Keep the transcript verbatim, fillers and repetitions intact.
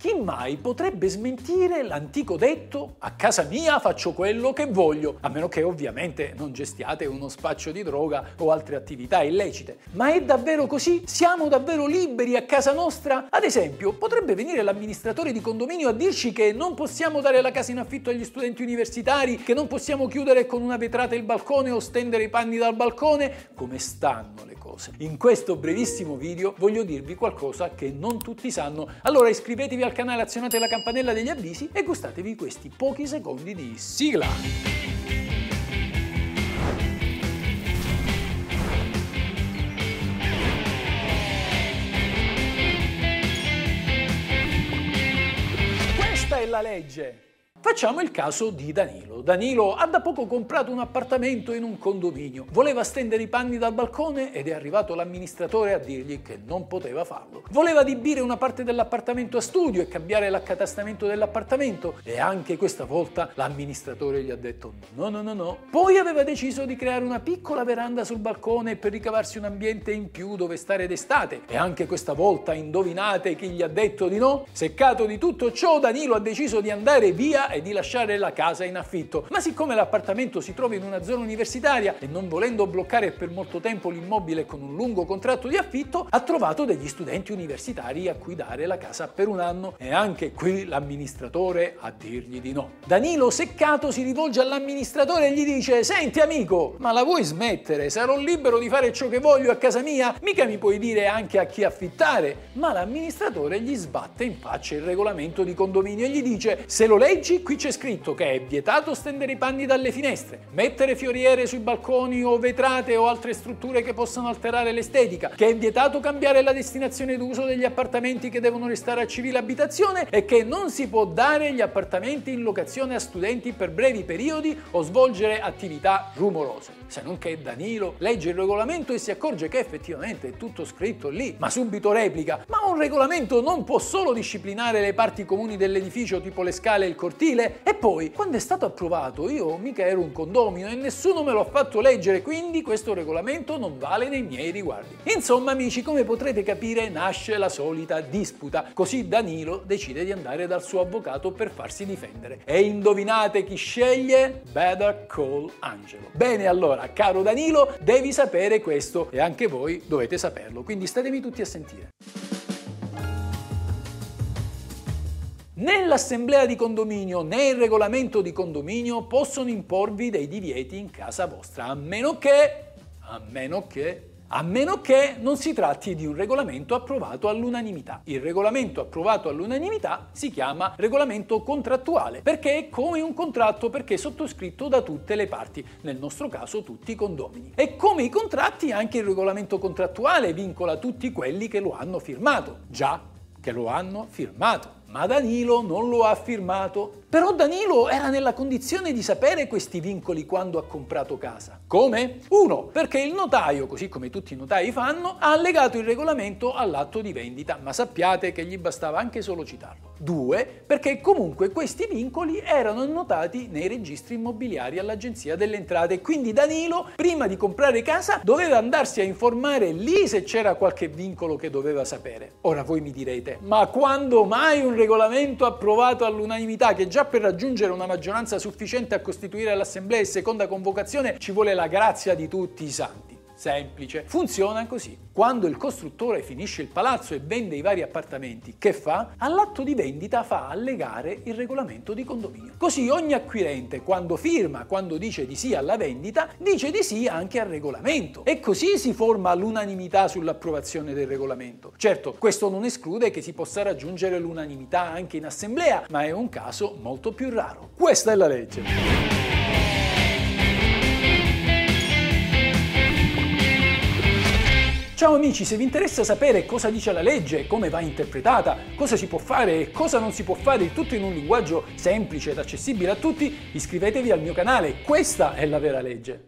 Chi mai potrebbe smentire l'antico detto "a casa mia faccio quello che voglio", a meno che ovviamente non gestiate uno spaccio di droga o altre attività illecite. Ma è davvero così? Siamo davvero liberi a casa nostra? Ad esempio, potrebbe venire l'amministratore di condominio a dirci che non possiamo dare la casa in affitto agli studenti universitari, che non possiamo chiudere con una vetrata il balcone o stendere i panni dal balcone? Come stanno le cose? In questo brevissimo video voglio dirvi qualcosa che non tutti sanno. Allora iscrivetevi al canale, azionate la campanella degli avvisi e gustatevi questi pochi secondi di sigla. Questa è la legge. Facciamo il caso di Danilo. Danilo ha da poco comprato un appartamento in un condominio. Voleva stendere i panni dal balcone ed è arrivato l'amministratore a dirgli che non poteva farlo. Voleva adibire una parte dell'appartamento a studio e cambiare l'accatastamento dell'appartamento e anche questa volta l'amministratore gli ha detto no, no, no, no. Poi aveva deciso di creare una piccola veranda sul balcone per ricavarsi un ambiente in più dove stare d'estate e anche questa volta indovinate chi gli ha detto di no? Seccato di tutto ciò, Danilo ha deciso di andare via e di lasciare la casa in affitto. Ma siccome l'appartamento si trova in una zona universitaria e non volendo bloccare per molto tempo l'immobile con un lungo contratto di affitto, ha trovato degli studenti universitari a cui dare la casa per un anno e anche qui l'amministratore a dirgli di no. Danilo, seccato, si rivolge all'amministratore e gli dice: "Senti amico, ma la vuoi smettere? Sarò libero di fare ciò che voglio a casa mia, mica mi puoi dire anche a chi affittare?" Ma l'amministratore gli sbatte in faccia il regolamento di condominio e gli dice: "Se lo leggi, qui c'è scritto che è vietato stendere i panni dalle finestre, mettere fioriere sui balconi o vetrate o altre strutture che possano alterare l'estetica, che è vietato cambiare la destinazione d'uso degli appartamenti che devono restare a civile abitazione e che non si può dare gli appartamenti in locazione a studenti per brevi periodi o svolgere attività rumorose." Se non che Danilo legge il regolamento e si accorge che effettivamente è tutto scritto lì, ma subito replica: "Ma un regolamento non può solo disciplinare le parti comuni dell'edificio tipo le scale e il cortile? E poi, quando è stato approvato, io mica ero un condomino e nessuno me lo ha fatto leggere, quindi questo regolamento non vale nei miei riguardi." Insomma, amici, come potrete capire, nasce la solita disputa. Così Danilo decide di andare dal suo avvocato per farsi difendere. E indovinate chi sceglie? Better Call Angelo. Bene, allora, caro Danilo, devi sapere questo e anche voi dovete saperlo, quindi statevi tutti a sentire. Né l'assemblea di condominio né il regolamento di condominio possono imporvi dei divieti in casa vostra, a meno che, a meno che, a meno che non si tratti di un regolamento approvato all'unanimità. Il regolamento approvato all'unanimità si chiama regolamento contrattuale, perché è come un contratto, perché è sottoscritto da tutte le parti, nel nostro caso tutti i condomini. E come i contratti, anche il regolamento contrattuale vincola tutti quelli che lo hanno firmato. Già, che lo hanno firmato. Ma Danilo non lo ha firmato. Però Danilo era nella condizione di sapere questi vincoli quando ha comprato casa. Come? Uno, perché il notaio, così come tutti i notai fanno, ha allegato il regolamento all'atto di vendita, ma sappiate che gli bastava anche solo citarlo. Due, perché comunque questi vincoli erano annotati nei registri immobiliari all'Agenzia delle Entrate, quindi Danilo, prima di comprare casa, doveva andarsi a informare lì se c'era qualche vincolo che doveva sapere. Ora voi mi direte, ma quando mai un regolamento approvato all'unanimità, che già per raggiungere una maggioranza sufficiente a costituire l'assemblea e seconda convocazione ci vuole la grazia di tutti i santi? Semplice. Funziona così. Quando il costruttore finisce il palazzo e vende i vari appartamenti, che fa? All'atto di vendita fa allegare il regolamento di condominio. Così ogni acquirente, quando firma, quando dice di sì alla vendita, dice di sì anche al regolamento. E così si forma l'unanimità sull'approvazione del regolamento. Certo, questo non esclude che si possa raggiungere l'unanimità anche in assemblea, ma è un caso molto più raro. Questa è la legge. Ciao amici, se vi interessa sapere cosa dice la legge, come va interpretata, cosa si può fare e cosa non si può fare, il tutto in un linguaggio semplice ed accessibile a tutti, iscrivetevi al mio canale. Questa è la vera legge.